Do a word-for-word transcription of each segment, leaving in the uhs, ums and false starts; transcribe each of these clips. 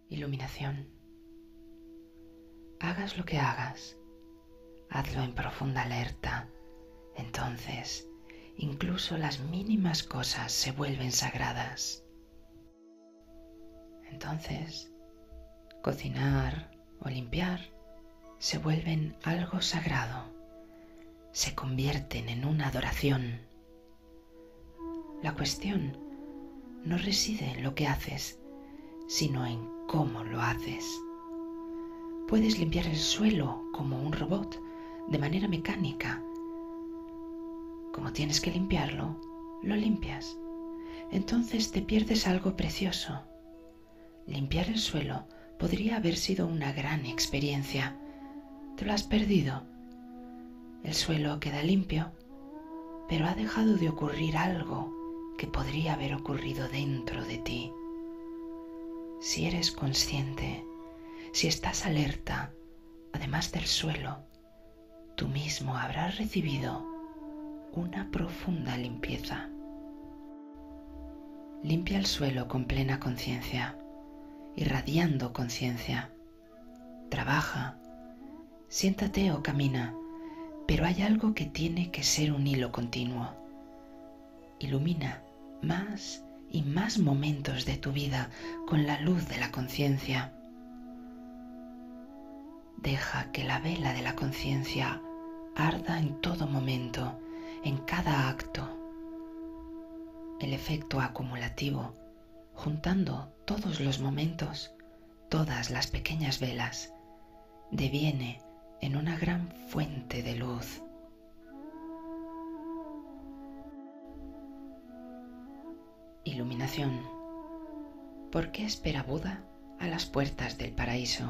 Iluminación. Hagas lo que hagas, hazlo en profunda alerta. Entonces, incluso las mínimas cosas se vuelven sagradas. Entonces, cocinar o limpiar se vuelven algo sagrado, se convierten en una adoración. La cuestión no reside en lo que haces, sino en cómo lo haces. Puedes limpiar el suelo como un robot, de manera mecánica. Como tienes que limpiarlo, lo limpias. Entonces te pierdes algo precioso. Limpiar el suelo podría haber sido una gran experiencia. Te lo has perdido. El suelo queda limpio, pero ha dejado de ocurrir algo que podría haber ocurrido dentro de ti. Si eres consciente, si estás alerta, además del suelo, tú mismo habrás recibido una profunda limpieza. Limpia el suelo con plena conciencia, irradiando conciencia. Trabaja, siéntate o camina, pero hay algo que tiene que ser un hilo continuo. Ilumina más y más momentos de tu vida con la luz de la conciencia. Deja que la vela de la conciencia arda en todo momento, en cada acto. El efecto acumulativo, juntando todos los momentos, todas las pequeñas velas, deviene en una gran fuente de luz. Iluminación. ¿Por qué espera Buda a las puertas del paraíso?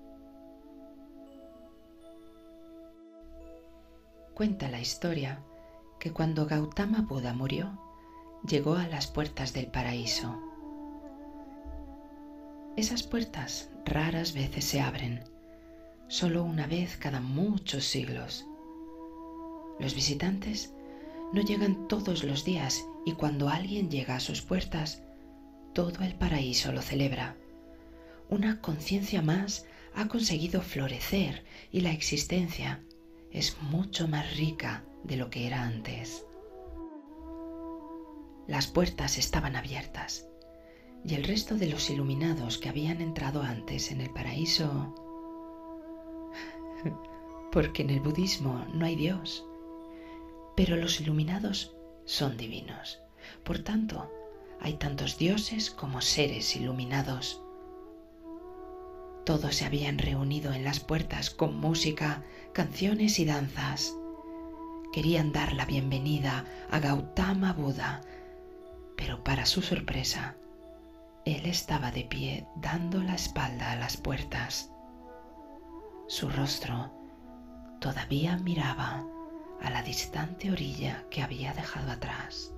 Cuenta la historia que cuando Gautama Buda murió, llegó a las puertas del paraíso. Esas puertas raras veces se abren, solo una vez cada muchos siglos. Los visitantes no llegan todos los días y cuando alguien llega a sus puertas, todo el paraíso lo celebra. Una conciencia más ha conseguido florecer y la existencia es mucho más rica de lo que era antes. Las puertas estaban abiertas y el resto de los iluminados que habían entrado antes en el paraíso, porque en el budismo no hay Dios, pero los iluminados son divinos. Por tanto, hay tantos dioses como seres iluminados. Todos se habían reunido en las puertas con música, canciones y danzas. Querían dar la bienvenida a Gautama Buda, pero para su sorpresa, él estaba de pie dando la espalda a las puertas. Su rostro todavía miraba a la distante orilla que había dejado atrás.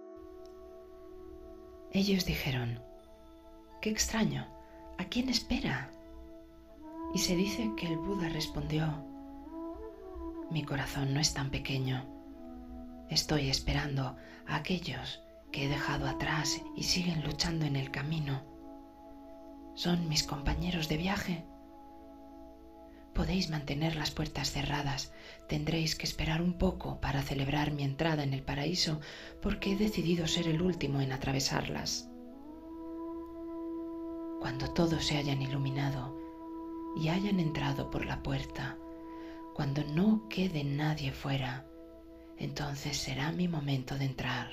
Ellos dijeron: «¡Qué extraño! ¿A quién espera?» Y se dice que el Buda respondió: «Mi corazón no es tan pequeño. Estoy esperando a aquellos que he dejado atrás y siguen luchando en el camino. Son mis compañeros de viaje. Podéis mantener las puertas cerradas. Tendréis que esperar un poco para celebrar mi entrada en el paraíso, porque he decidido ser el último en atravesarlas. Cuando todos se hayan iluminado y hayan entrado por la puerta, cuando no quede nadie fuera, entonces será mi momento de entrar».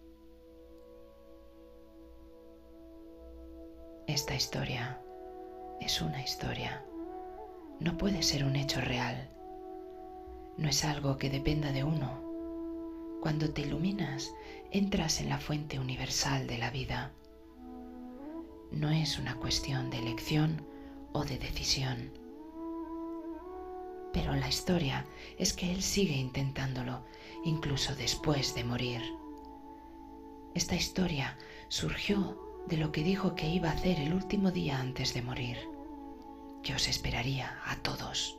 Esta historia es una historia. No puede ser un hecho real. No es algo que dependa de uno. Cuando te iluminas, entras en la fuente universal de la vida. No es una cuestión de elección o de decisión. Pero la historia es que él sigue intentándolo, incluso después de morir. Esta historia surgió de lo que dijo que iba a hacer el último día antes de morir, que os esperaría a todos.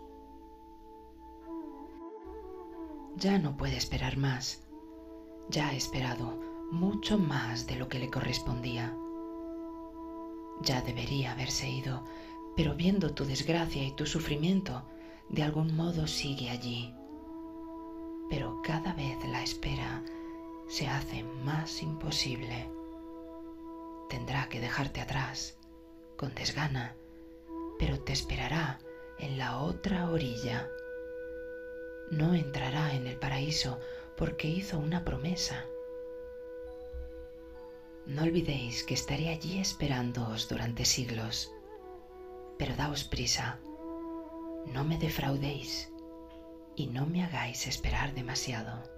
Ya no puede esperar más. Ya ha esperado mucho más de lo que le correspondía. Ya debería haberse ido, pero viendo tu desgracia y tu sufrimiento, de algún modo sigue allí. Pero cada vez la espera se hace más imposible. Tendrá que dejarte atrás, con desgana, pero te esperará en la otra orilla. No entrará en el paraíso porque hizo una promesa. No olvidéis que estaré allí esperándoos durante siglos, pero daos prisa, no me defraudéis y no me hagáis esperar demasiado.